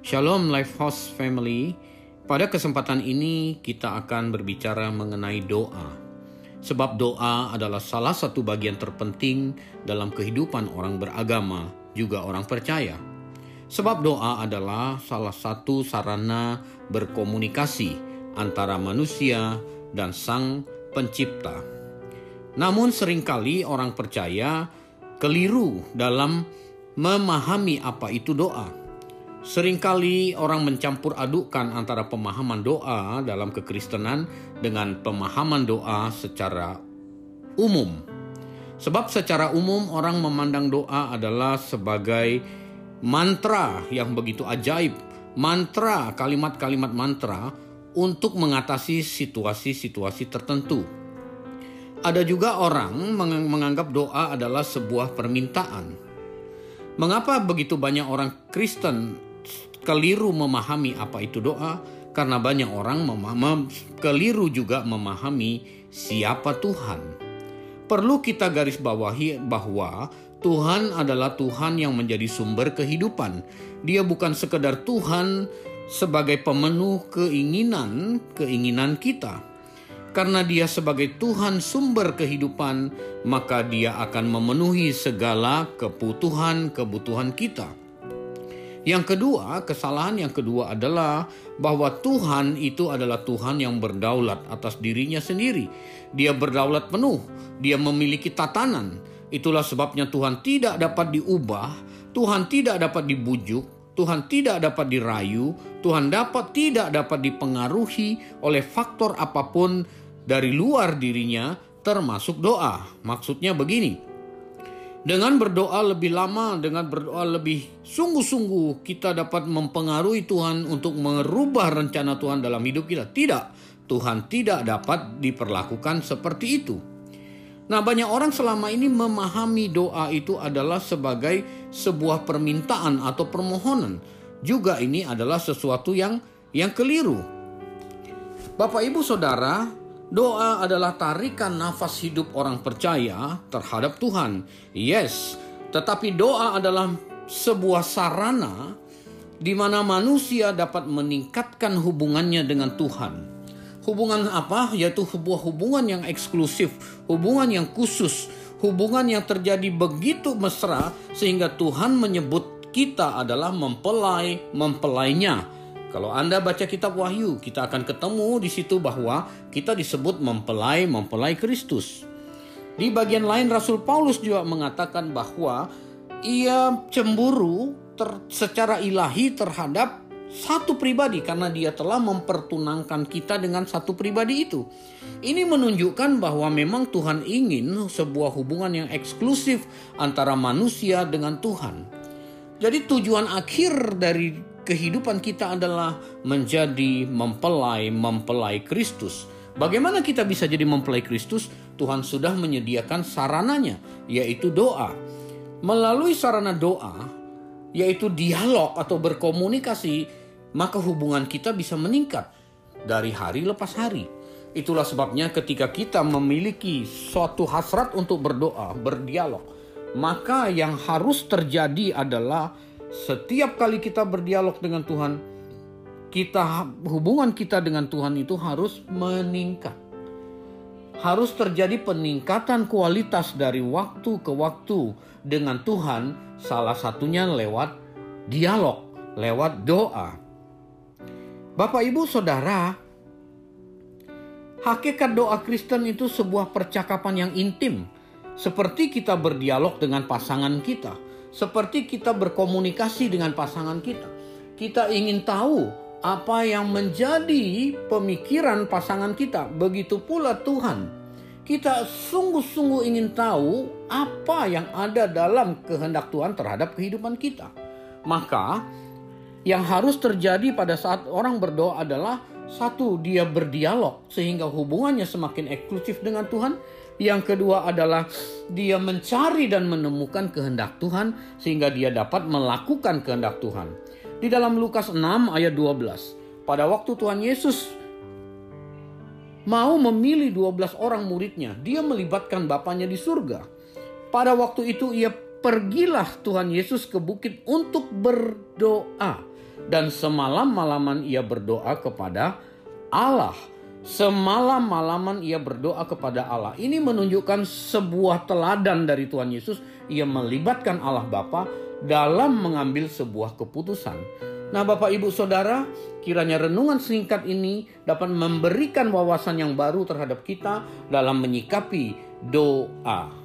Shalom Lifehouse Family. Pada kesempatan ini kita akan berbicara mengenai doa. Sebab doa adalah salah satu bagian terpenting dalam kehidupan orang beragama, juga orang percaya. Sebab doa adalah salah satu sarana berkomunikasi antara manusia dan Sang Pencipta. Namun seringkali orang percaya keliru dalam memahami apa itu doa. Seringkali orang mencampur adukkan antara pemahaman doa dalam kekristenan dengan pemahaman doa secara umum. Sebab secara umum orang memandang doa adalah sebagai mantra yang begitu ajaib. Mantra, kalimat-kalimat mantra untuk mengatasi situasi-situasi tertentu. Ada juga orang menganggap doa adalah sebuah permintaan. Mengapa begitu banyak orang Kristen keliru memahami apa itu doa? Karena banyak orang keliru juga memahami siapa Tuhan. Perlu kita garis bawahi bahwa Tuhan adalah Tuhan yang menjadi sumber kehidupan. Dia bukan sekedar Tuhan sebagai pemenuh keinginan kita. Karena Dia sebagai Tuhan sumber kehidupan, maka Dia akan memenuhi segala kebutuhan kita. Yang kedua, kesalahan yang kedua adalah bahwa Tuhan itu adalah Tuhan yang berdaulat atas dirinya sendiri. Dia berdaulat penuh, Dia memiliki tatanan. Itulah sebabnya Tuhan tidak dapat diubah, Tuhan tidak dapat dibujuk, Tuhan tidak dapat dirayu, Tuhan tidak dapat dipengaruhi oleh faktor apapun dari luar dirinya, termasuk doa. Maksudnya begini, dengan berdoa lebih lama, dengan berdoa lebih sungguh-sungguh, kita dapat mempengaruhi Tuhan untuk merubah rencana Tuhan dalam hidup kita. Tidak, Tuhan tidak dapat diperlakukan seperti itu. Nah, banyak orang selama ini memahami doa itu adalah sebagai sebuah permintaan atau permohonan. Juga ini adalah sesuatu yang keliru. Bapak, Ibu, Saudara, doa adalah tarikan nafas hidup orang percaya terhadap Tuhan. Yes, tetapi doa adalah sebuah sarana di mana manusia dapat meningkatkan hubungannya dengan Tuhan. Hubungan apa? Yaitu sebuah hubungan yang eksklusif, hubungan yang khusus, hubungan yang terjadi begitu mesra sehingga Tuhan menyebut kita adalah mempelainya. Kalau Anda baca kitab Wahyu, kita akan ketemu di situ bahwa kita disebut mempelai Kristus. Di bagian lain Rasul Paulus juga mengatakan bahwa ia cemburu secara ilahi terhadap satu pribadi karena dia telah mempertunangkan kita dengan satu pribadi itu. Ini menunjukkan bahwa memang Tuhan ingin sebuah hubungan yang eksklusif antara manusia dengan Tuhan. Jadi tujuan akhir dari kehidupan kita adalah menjadi mempelai Kristus. Bagaimana kita bisa jadi mempelai Kristus? Tuhan sudah menyediakan sarananya, yaitu doa. Melalui sarana doa, yaitu dialog atau berkomunikasi, maka hubungan kita bisa meningkat dari hari lepas hari. Itulah sebabnya ketika kita memiliki suatu hasrat untuk berdoa, berdialog, maka yang harus terjadi adalah setiap kali kita berdialog dengan Tuhan, hubungan kita dengan Tuhan itu harus meningkat. Harus terjadi peningkatan kualitas dari waktu ke waktu dengan Tuhan, salah satunya lewat dialog, lewat doa. Bapak, Ibu, Saudara, hakikat doa Kristen itu sebuah percakapan yang intim, seperti kita berdialog dengan pasangan kita. Seperti kita berkomunikasi dengan pasangan kita. Kita ingin tahu apa yang menjadi pemikiran pasangan kita. Begitu pula Tuhan. Kita sungguh-sungguh ingin tahu apa yang ada dalam kehendak Tuhan terhadap kehidupan kita. Maka yang harus terjadi pada saat orang berdoa adalah satu, dia berdialog sehingga hubungannya semakin eksklusif dengan Tuhan. Yang kedua adalah dia mencari dan menemukan kehendak Tuhan sehingga dia dapat melakukan kehendak Tuhan. Di dalam Lukas 6 ayat 12, pada waktu Tuhan Yesus mau memilih 12 orang muridnya, dia melibatkan Bapanya di surga. Pada waktu itu pergilah Tuhan Yesus ke bukit untuk berdoa. dan semalam-malaman ia berdoa kepada Allah. Semalam-malaman ia berdoa kepada Allah. Ini menunjukkan sebuah teladan dari Tuhan Yesus. Ia melibatkan Allah Bapa dalam mengambil sebuah keputusan. Nah, Bapak Ibu Saudara, kiranya renungan singkat ini dapat memberikan wawasan yang baru terhadap kita dalam menyikapi doa.